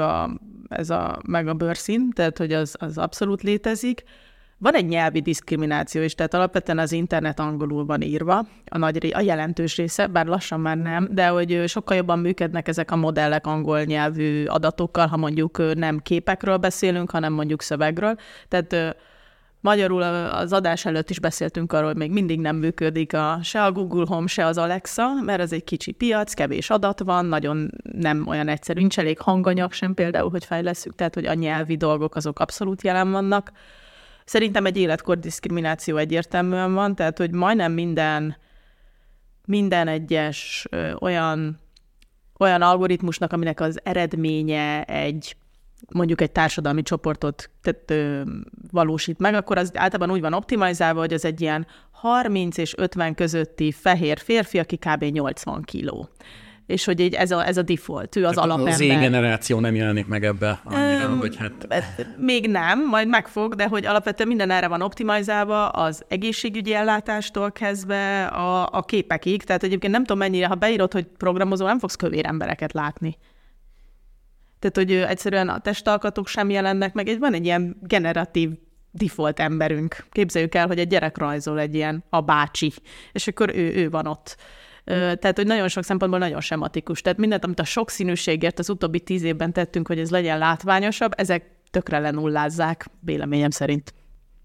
a bőrszín, tehát hogy az abszolút létezik. Van egy nyelvi diszkrimináció is, tehát alapvetően az internet angolul van írva, a jelentős része, bár lassan már nem, de hogy sokkal jobban működnek ezek a modellek angol nyelvű adatokkal, ha mondjuk nem képekről beszélünk, hanem mondjuk szövegről. Tehát magyarul az adás előtt is beszéltünk arról, hogy még mindig nem működik se a Google Home, se az Alexa, mert ez egy kicsi piac, kevés adat van, nagyon nem olyan egyszerű, nincs elég hanganyag sem például, hogy fejlesszük, tehát hogy a nyelvi dolgok azok abszolút jelen vannak. Szerintem egy életkor diszkrimináció egyértelműen van, tehát hogy majdnem minden egyes olyan olyan algoritmusnak, aminek az eredménye mondjuk egy társadalmi csoportot valósít meg, akkor az általában úgy van optimalizálva, hogy az egy ilyen 30 és 50 közötti fehér férfi, aki kb. 80 kiló. És hogy így ez a default, ő az alapember. Az Z-generáció nem jelenik meg ebbe annyira, vagy hát... Még nem, majd megfog, de hogy alapvetően minden erre van optimalizálva, az egészségügyi ellátástól kezdve a képekig, tehát egyébként nem tudom mennyire, ha beírod, hogy programozó, nem fogsz kövér embereket látni. Tehát, hogy egyszerűen a testalkatok sem jelennek meg, van egy ilyen generatív default emberünk. Képzeljük el, hogy egy gyerek rajzol egy ilyen a bácsi, és akkor ő van ott. Tehát, hogy nagyon sok szempontból nagyon sematikus. Tehát mindent, amit a sokszínűségért az utóbbi 10 évben tettünk, hogy ez legyen látványosabb, ezek tökre lenullázzák, véleményem szerint.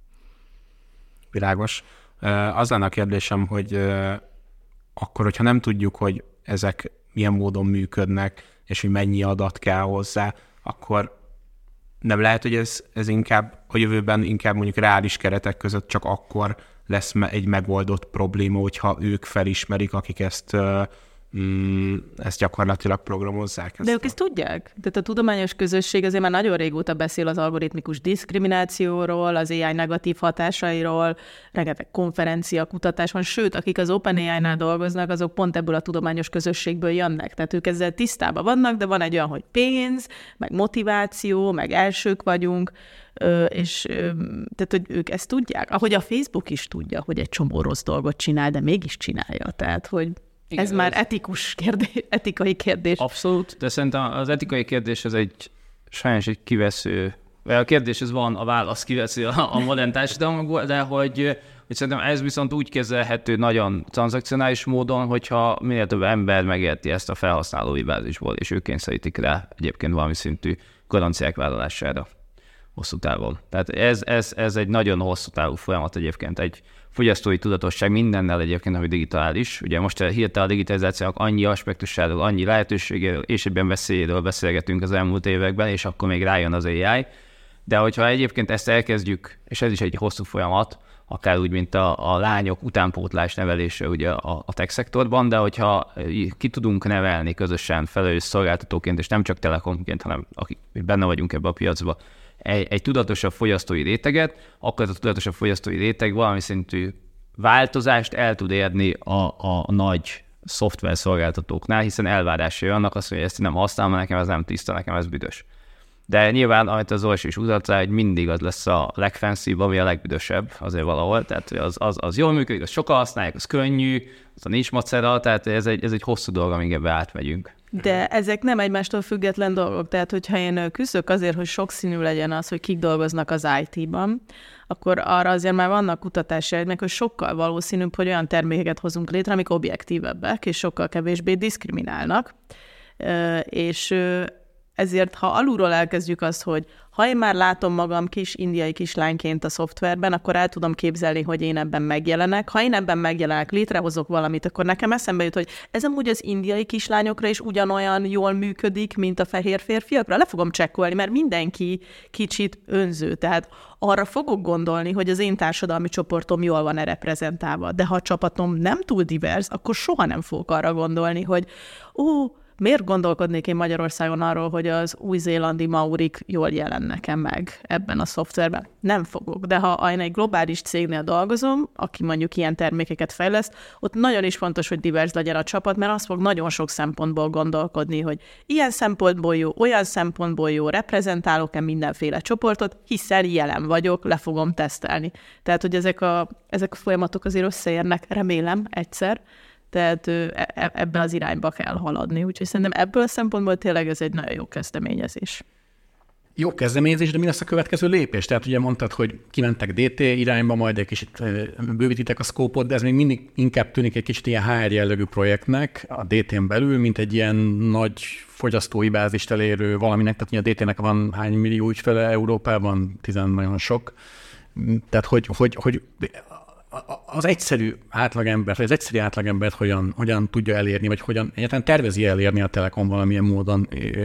Világos. Az lenne a kérdésem, hogy akkor, hogyha nem tudjuk, hogy ezek milyen módon működnek, és hogy mennyi adat kell hozzá, akkor nem lehet, hogy ez inkább a jövőben inkább mondjuk reális keretek között csak akkor lesz egy megoldott probléma, hogyha ők felismerik, akik ezt gyakorlatilag programozzák. De ők ezt tudják. Tehát a tudományos közösség azért már nagyon régóta beszél az algoritmikus diszkriminációról, az AI negatív hatásairól, rengeteg konferencia, kutatás van, sőt, akik az OpenAI-nál dolgoznak, azok pont ebből a tudományos közösségből jönnek. Tehát ők ezzel tisztában vannak, de van egy olyan, hogy pénz, meg motiváció, meg elsők vagyunk, és tehát, hogy ők ezt tudják. Ahogy a Facebook is tudja, hogy egy csomó rossz dolgot csinál, de mégis csinálja. Tehát, hogy igen, ez már etikai kérdés. Abszolút, de szerintem az etikai kérdés az sajnos egy kivesző, a kérdés ez van, a válasz kivesző a modern társadalomból, de hogy szerintem ez viszont úgy kezelhető nagyon tranzakcionális módon, hogyha minél több ember megérti ezt a felhasználói bázisból, és ők kényszerítik rá egyébként valami szintű garanciák vállalására hosszú távon. Tehát ez egy nagyon hosszú távú folyamat egyébként, egy fogyasztói tudatosság mindennel egyébként, ami digitális. Ugye most hirtelen a digitalizációnak annyi aspektusáról, annyi lehetőségéről és ebben veszélyéről beszélgetünk az elmúlt években, és akkor még rájön az AI. De hogyha egyébként ezt elkezdjük, és ez is egy hosszú folyamat, akár úgy, mint a lányok utánpótlás nevelése ugye a tech szektorban, de hogyha ki tudunk nevelni közösen felelős szolgáltatóként, és nem csak telekomként, hanem akik benne vagyunk ebbe a piacba, egy tudatosabb fogyasztói réteget, akkor ez a tudatosabb fogyasztói réteg valami szintű változást el tud érni a nagy szoftver szolgáltatóknál, hiszen elvárásai vannak azt, hogy ezt nem használom, nekem ez nem tiszta, nekem ez büdös. De nyilván, amit az Orsi is utat rá, hogy mindig az lesz a legfancybb, ami a legbüdösebb azért valahol, tehát az jól működik, az sokan használják, az könnyű, az a nincs macera, tehát ez egy hosszú dolog, amíg ebbe átmegyünk. De ezek nem egymástól független dolgok, tehát hogyha én küzdök azért, hogy sokszínű legyen az, hogy kik dolgoznak az IT-ban, akkor arra azért már vannak kutatási eredmények, hogy sokkal valószínűbb, hogy olyan termékeket hozunk létre, amik objektívebbek, és sokkal kevésbé diszkriminálnak, és ezért, ha alulról elkezdjük azt, hogy ha én már látom magam kis indiai kislányként a szoftverben, akkor el tudom képzelni, hogy én ebben megjelenek. Ha én ebben megjelenek, létrehozok valamit, akkor nekem eszembe jut, hogy ez amúgy az indiai kislányokra is ugyanolyan jól működik, mint a fehér férfiakra. Le fogom csekkolni, mert mindenki kicsit önző. Tehát arra fogok gondolni, hogy az én társadalmi csoportom jól van reprezentálva. De ha a csapatom nem túl divers, akkor soha nem fogok arra gondolni, hogy miért gondolkodnék én Magyarországon arról, hogy az új-zélandi maurik jól jelennek meg ebben a szoftverben? Nem fogok. De ha én egy globális cégnél dolgozom, aki mondjuk ilyen termékeket fejleszt, ott nagyon is fontos, hogy divers legyen a csapat, mert az fog nagyon sok szempontból gondolkodni, hogy ilyen szempontból jó, olyan szempontból jó, reprezentálok-e mindenféle csoportot, hiszen jelen vagyok, le fogom tesztelni. Tehát, hogy ezek a folyamatok azért összeérnek, remélem egyszer, tehát ebbe az irányba kell haladni. Úgyhogy szerintem ebből a szempontból tényleg ez egy nagyon jó kezdeményezés. Jó kezdeményezés, de mi lesz a következő lépés? Tehát ugye mondtad, hogy kimentek DT irányba, majd egy kicsit bővítitek a szkópot, de ez még mindig inkább tűnik egy kicsit ilyen HR jellegű projektnek a DT-n belül, mint egy ilyen nagy fogyasztói bázist elérő valaminek. Tehát ugye a DT-nek van hány millió ügyfele Európában? 10 nagyon sok. Tehát hogy az egyszerű átlagembert hogyan tudja elérni, vagy hogyan egyáltalán tervezi elérni a Telekom valamilyen módon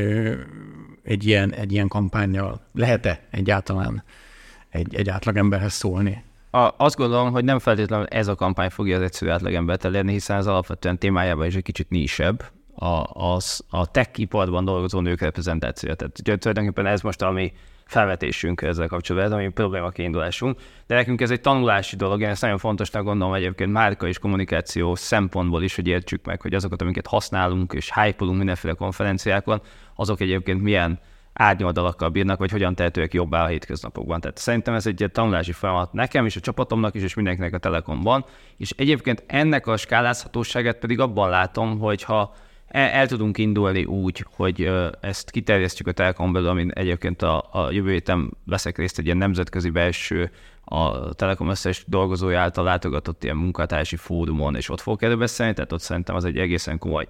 egy ilyen kampánnyal? Lehet-e egyáltalán egy átlagemberhez szólni? Azt gondolom, hogy nem feltétlenül ez a kampány fogja az egyszerű átlagembert elérni, hiszen az alapvetően témájában is egy kicsit nisebb. a tech iparban dolgozó nők reprezentációja. Tehát tulajdonképpen ez most a mi felvetésünk ezzel kapcsolatban, ami probléma kiindulásunk. De nekünk ez egy tanulási dolog, én ezt nagyon fontosnak gondolom egyébként márka és kommunikáció szempontból is, hogy értsük meg, hogy azokat, amiket használunk és hype-olunk mindenféle konferenciákon, azok egyébként milyen árnyoldalakkal bírnak, vagy hogyan tehetőek jobbá a hétköznapokban. Tehát szerintem ez egy tanulási folyamat nekem is, a csapatomnak is, és mindenkinek a Telekomban. És egyébként ennek a skálázhatóságát pedig abban látom, hogyha el tudunk indulni úgy, hogy ezt kiterjesztjük a Telekom belül, amin egyébként a jövő héten veszek részt egy ilyen nemzetközi belső, a Telekom összes dolgozója által látogatott ilyen munkatársi fórumon, és ott fogok erről beszélni, tehát ott szerintem az egy egészen komoly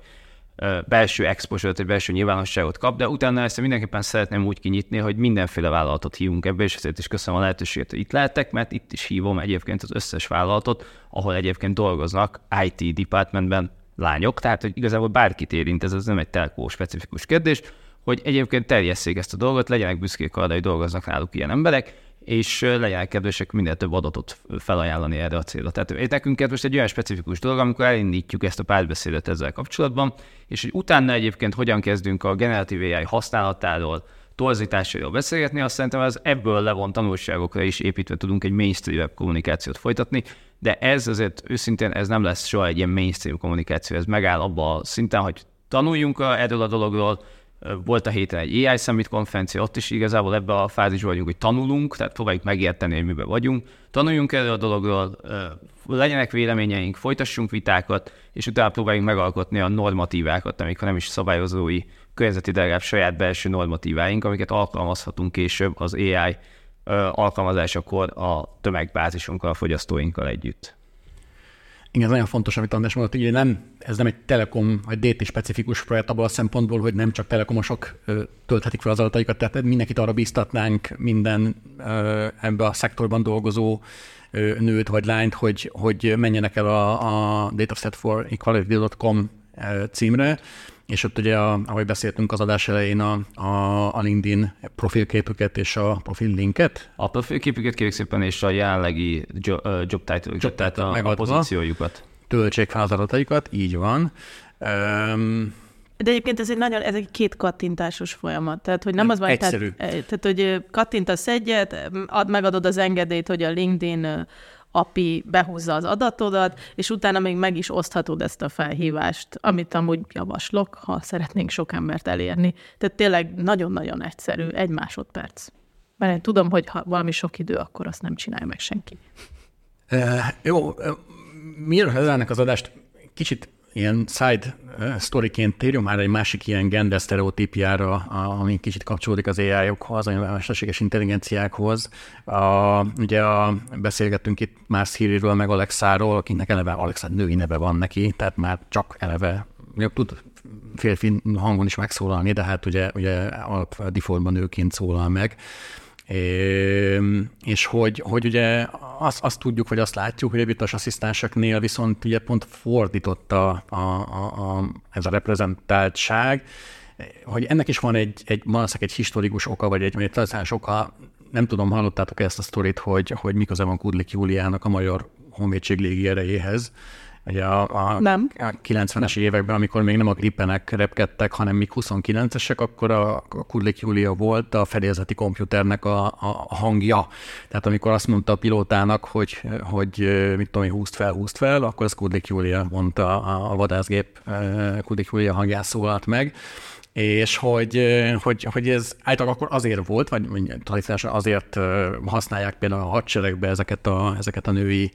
belső exposure-t, egy belső nyilvánosságot kap, de utána ezt mindenképpen szeretném úgy kinyitni, hogy mindenféle vállalatot hívunk ebbe, és ezért is köszönöm a lehetőséget, hogy itt lehetek, mert itt is hívom egyébként az összes vállalatot, ahol egyébként dolgoznak IT departmentben lányok, tehát hogy igazából bárkit érint, ez nem egy telkó specifikus kérdés, hogy egyébként terjesszék ezt a dolgot, legyenek büszkék arra, hogy dolgoznak náluk ilyen emberek, és legyenek kedvesek minél több adatot felajánlani erre a célra. Tehát nekünk most egy olyan specifikus dolog, amikor elindítjuk ezt a párbeszédet ezzel kapcsolatban, és hogy utána egyébként hogyan kezdünk a generatív AI használatáról, torzításairól beszélgetni, azt szerintem az ebből levont tanulságokra is építve tudunk egy mainstream kommunikációt folytatni, de ez azért őszintén ez nem lesz soha egy ilyen mainstream kommunikáció, ez megáll abban a szinten, hogy tanuljunk erről a dologról. Volt a héten egy AI Summit konferencia, ott is igazából ebben a fázisban vagyunk, hogy tanulunk, tehát próbáljuk megérteni, hogy miben vagyunk. Tanuljunk erről a dologról, legyenek véleményeink, folytassunk vitákat, és utána próbáljuk megalkotni a normatívákat, amikor nem is szabályozói környezeti, de legalább saját belső normatíváink, amiket alkalmazhatunk később az AI alkalmazásakor a tömegbázisunkkal, a fogyasztóinkkal együtt. Igen, ez nagyon fontos, amit András mondott, hogy ez nem egy Telekom vagy DT specifikus projekt abban a szempontból, hogy nem csak telekomosok tölthetik fel az adataikat, tehát mindenkit arra bíztatnánk, minden ebben a szektorban dolgozó nőt vagy lányt, hogy menjenek el a datasetforequality.com címre, és ott ugye, ahogy beszéltünk az adás elején, a LinkedIn profilképüket és a profil linket. A profilképüket kérjük szépen, és a jelenlegi job title, tehát a pozíciójukat. Töltsék fel az adataikat, így van. De egyébként ez egy két kattintásos folyamat. Tehát, hogy nem az van, egyszerű. Tehát, hogy kattintasz egyet, megadod az engedélyt, hogy a LinkedIn API behúzza az adatodat, és utána még meg is oszthatod ezt a felhívást, amit amúgy javaslok, ha szeretnénk sok embert elérni. Tehát tényleg nagyon-nagyon egyszerű, 1 másodperc. Mert én tudom, hogy ha valami sok idő, akkor azt nem csinálja meg senki. Jó, miről ennek az adást kicsit ilyen side storyként térjünk már egy másik ilyen gender sztereotípiára, ami kicsit kapcsolódik az AI-okhoz, a mesterséges intelligenciákhoz. Ugye beszélgettünk itt már Siri-ről, meg Alexáról, akinek eleve Alexa női neve van neki, tehát már csak eleve tud férfi hangon is megszólalni, de hát ugye a defaultban nőként szólal meg. És hogy ugye azt tudjuk, vagy azt látjuk, hogy a virtuális asszisztenseknél viszont ugye pont fordított ez a reprezentáltság, hogy ennek is van valószínűleg egy historikus oka, vagy egy tradicionális oka. Nem tudom, hallottátok ezt a sztorit, hogy miközben van Kudlik Júliának a Magyar Honvédség légi erejéhez. Ugye a 90-es években, amikor még nem a Gripenek repkedtek, hanem még 29-esek, akkor a Kudlik Júlia volt a fedélzeti komputernek a hangja. Tehát amikor azt mondta a pilótának, hogy mit tudom én, húzd fel, akkor az Kudlik Júlia mondta, a vadászgép Kudlik Júlia hangján szólalt meg. És hogy ez általában akkor azért volt, vagy tradicionálisan azért használják például a hadseregbe ezeket a női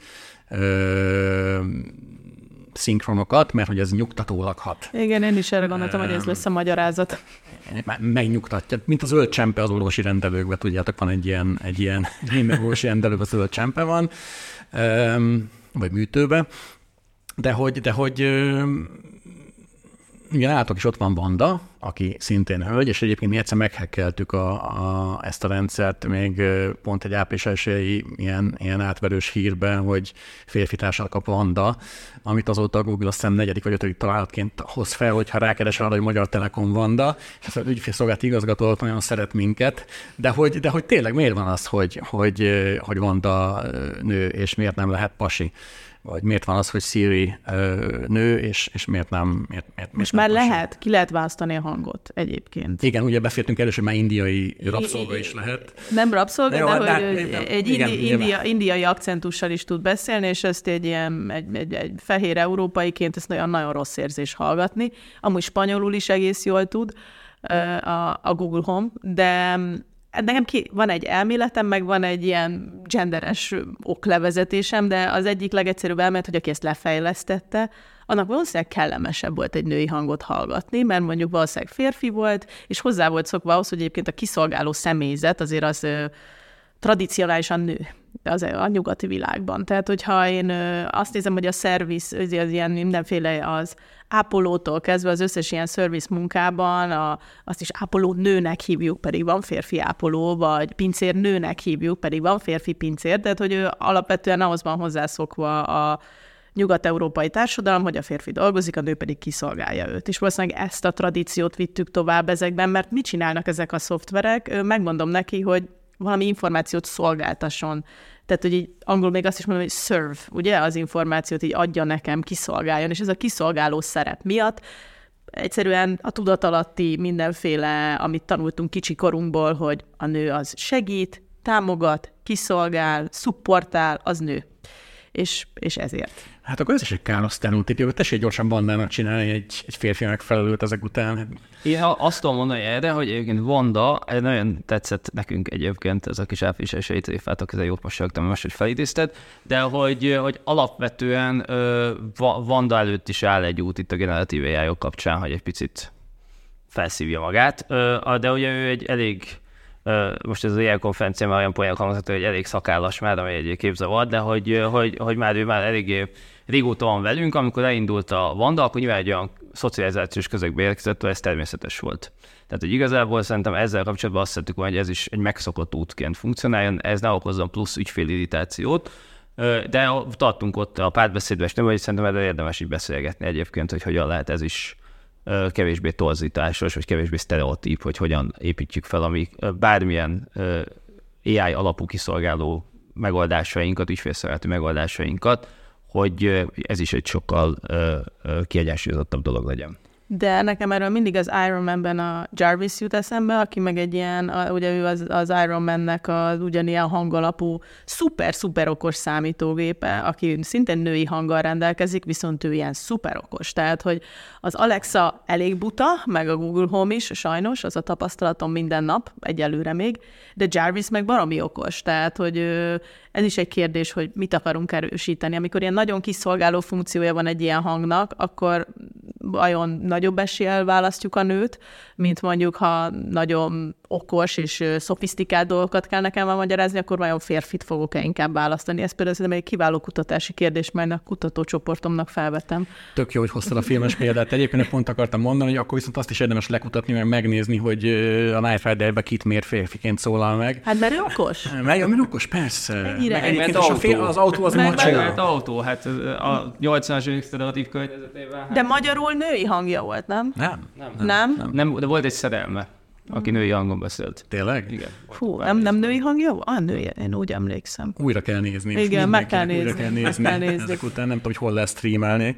szinkronokat, mert hogy ez nyugtatólag hat. Igen, én is erre gondoltam, hogy ez lesz a magyarázat. Megnyugtatja, mint az zöld csempe az orvosi rendelőkben, tudjátok, van egy ilyen orvosi rendelőben zöld csempe van, vagy műtőben, de hogy igen, állatok is ott van Vanda, aki szintén hölgy, és egyébként mi egyszer meghekkeltük ezt a rendszert, még pont egy április 1-i ilyen átverős hírben, hogy férfi társat kap Vanda, amit azóta a Google azt hiszem 4. vagy 5. találatként hoz fel, hogyha rákeresel arra, hogy Magyar Telekom Vanda, és az ügyfélszolgálati igazgató nagyon szeret minket, de hogy tényleg miért van az, hogy Vanda nő, és miért nem lehet pasi? Vagy miért van az, hogy Siri nő, és miért nem most már ki lehet választani a hangot egyébként. Igen, ugye beszéltünk először, hogy már indiai rabszolga is lehet. Nem rabszolga, de hogy egy indiai akcentussal is tud beszélni, és ezt egy fehér európaiként ezt nagyon rossz érzés hallgatni. Amúgy spanyolul is egész jól tud a Google Home, de nekem van egy elméletem, meg van egy ilyen genderes oklevezetésem, de az egyik legegyszerűbb elmélet, hogy aki ezt lefejlesztette, annak valószínűleg kellemesebb volt egy női hangot hallgatni, mert mondjuk valószínűleg férfi volt, és hozzá volt szokva ahhoz, hogy egyébként a kiszolgáló személyzet azért az tradicionálisan nő a nyugati világban. Tehát, hogyha én azt nézem, hogy a szerviz, az ilyen mindenféle az ápolótól kezdve az összes ilyen szerviz munkában, azt is ápoló nőnek hívjuk, pedig van férfi ápoló, vagy pincér nőnek hívjuk, pedig van férfi pincér, tehát, hogy ő alapvetően ahhoz van hozzászokva a nyugat-európai társadalom, hogy a férfi dolgozik, a nő pedig kiszolgálja őt. És valószínűleg ezt a tradíciót vittük tovább ezekben, mert mit csinálnak ezek a szoftverek? Megmondom neki, hogy valami információt szolgáltasson. Tehát, hogy így angolul még azt is mondom, hogy serve, ugye, az információt így adja nekem, kiszolgáljon, és ez a kiszolgáló szerep miatt egyszerűen a tudatalatti mindenféle, amit tanultunk kicsi korunkból, hogy a nő az segít, támogat, kiszolgál, szupportál, az nő. És ezért. Hát akkor ez is egy kánosztáló típus. Tessék gyorsan Vandának csinálni egy férfi megfelelőt ezek után. Én azt tudom mondani erre, hogy egyébként Vanda, nagyon tetszett nekünk egyébként ez a kis április 1-i tréfát, ezzel jót mosolyogtam, most, hogy felidézted, de hogy alapvetően Vanda előtt is áll egy út itt a generatív AI kapcsán, hogy egy picit felszívja magát, de ugye ő egy elég most ez az AI konferencián már olyan poénok hangzott, hogy elég szakállas már, ami egy képzavar, de hogy már ő már eléggé régóta van velünk, amikor elindult a Vanda, akkor nyilván egy olyan szocializációs közegbe érkezett, hogy ez természetes volt. Tehát, hogy igazából szerintem ezzel kapcsolatban azt szerettük, hogy ez is egy megszokott útként funkcionáljon, ez ne okozzon plusz ügyfélirritációt, de tartunk ott a párbeszédben, és nem, hogy szerintem erről érdemes így beszélgetni egyébként, hogy hogyan lehet ez is kevésbé torzításos, vagy kevésbé sztereotíp, hogy hogyan építjük fel, ami bármilyen AI alapú kiszolgáló megoldásainkat, ügyfélszolgálati megoldásainkat, hogy ez is egy sokkal kiegyensúlyozottabb dolog legyen. De nekem erről mindig az Iron Man-ben a Jarvis jut eszembe, aki meg egy ilyen, ugye ő az Iron Man-nek az ugyanilyen hangalapú, szuper okos számítógépe, aki szintén női hanggal rendelkezik, viszont ő ilyen szuper okos. Tehát, hogy az Alexa elég buta, meg a Google Home is, sajnos, az a tapasztalatom minden nap, egyelőre még, de Jarvis meg baromi okos. Tehát, hogy ez is egy kérdés, hogy mit akarunk erősíteni. Amikor ilyen nagyon kiszolgáló funkciója van egy ilyen hangnak, akkor vajon nagyobb eséllyel választjuk a nőt, mint mondjuk, ha nagyon okos és szofisztikált dolgokat kell nekem magyarázni, akkor vajon férfit fogok-e inkább választani. Ez például szerintem egy kiváló kutatási kérdés, majd a kutatócsoportomnak felvettem. Tök jó, hogy hoztad a filmes példát. Egyébként pont akartam mondani, hogy akkor viszont azt is érdemes lekutatni, meg megnézni, hogy a Night Rider-ben kit miért férfiként szólal meg. Hát mert ő okos. Mert okos, persze. Meg az autó az macsó. Mert autó, hát a 80-as évek sztereotív környezetében. De magyarul női hangja volt, nem? Nem, de volt egy szerelme, aki női hangon beszélt. Tényleg? Igen. Fú, nem női hangja volt? Női, én úgy emlékszem. Újra kell nézni. Igen, meg kell nézni. Újra kell nézni. Ezek után nem tudom, hogy hol lesz streamelni.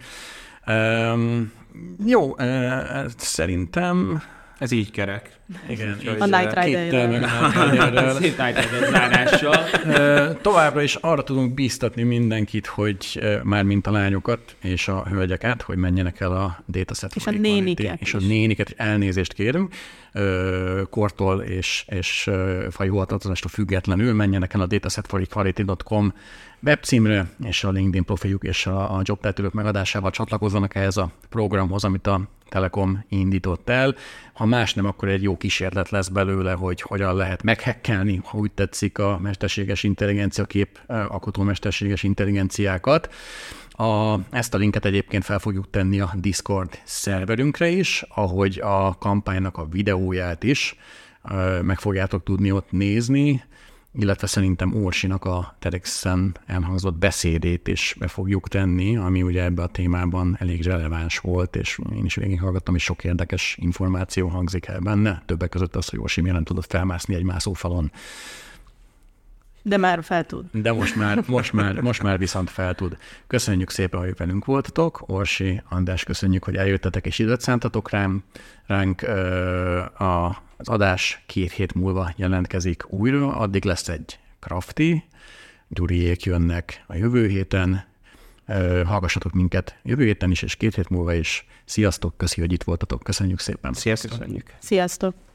Jó, szerintem... Ez így kerek. Igen. A Night Rider-rel. Szép Night Rider zárással. Továbbra is arra tudunk bíztatni mindenkit, hogy már mint a lányokat és a hölgyeket, hogy menjenek el a Dataset és a néniket és a néniket elnézést kérünk, kortól és faji hovatartozástól függetlenül menjenek el a datasetforequality.com webcímre, és a LinkedIn profiljuk és a job title-ök megadásával csatlakozzanak ehhez a programhoz, amit a Telekom indított el. Ha más nem, akkor egy jó kísérlet lesz belőle, hogy hogyan lehet meghekkelni, ha úgy tetszik, a mesterséges intelligencia alkotó mesterséges intelligenciákat. Ezt a linket egyébként fel fogjuk tenni a Discord szerverünkre is, ahogy a kampánynak a videóját is meg fogjátok tudni ott nézni, illetve szerintem Orsinak a TEDx-en elhangzott beszédét is be fogjuk tenni, ami ugye ebben a témában elég releváns volt, és én is végighallgattam, és sok érdekes információ hangzik el benne. Többek között az, hogy Orsi miért nem tudott felmászni egy mászófalon. De már fel tud. De most már viszont fel tud. Köszönjük szépen, hogy velünk voltatok. Orsi, András, köszönjük, hogy eljöttetek és időt szántatok ránk. Az adás 2 hét múlva jelentkezik újra, addig lesz egy Crafty, Gyuriék jönnek a jövő héten. Hallgassatok minket jövő héten is, és 2 hét múlva is. Sziasztok, köszi, hogy itt voltatok. Köszönjük szépen. Sziasztok. Köszönjük. Sziasztok.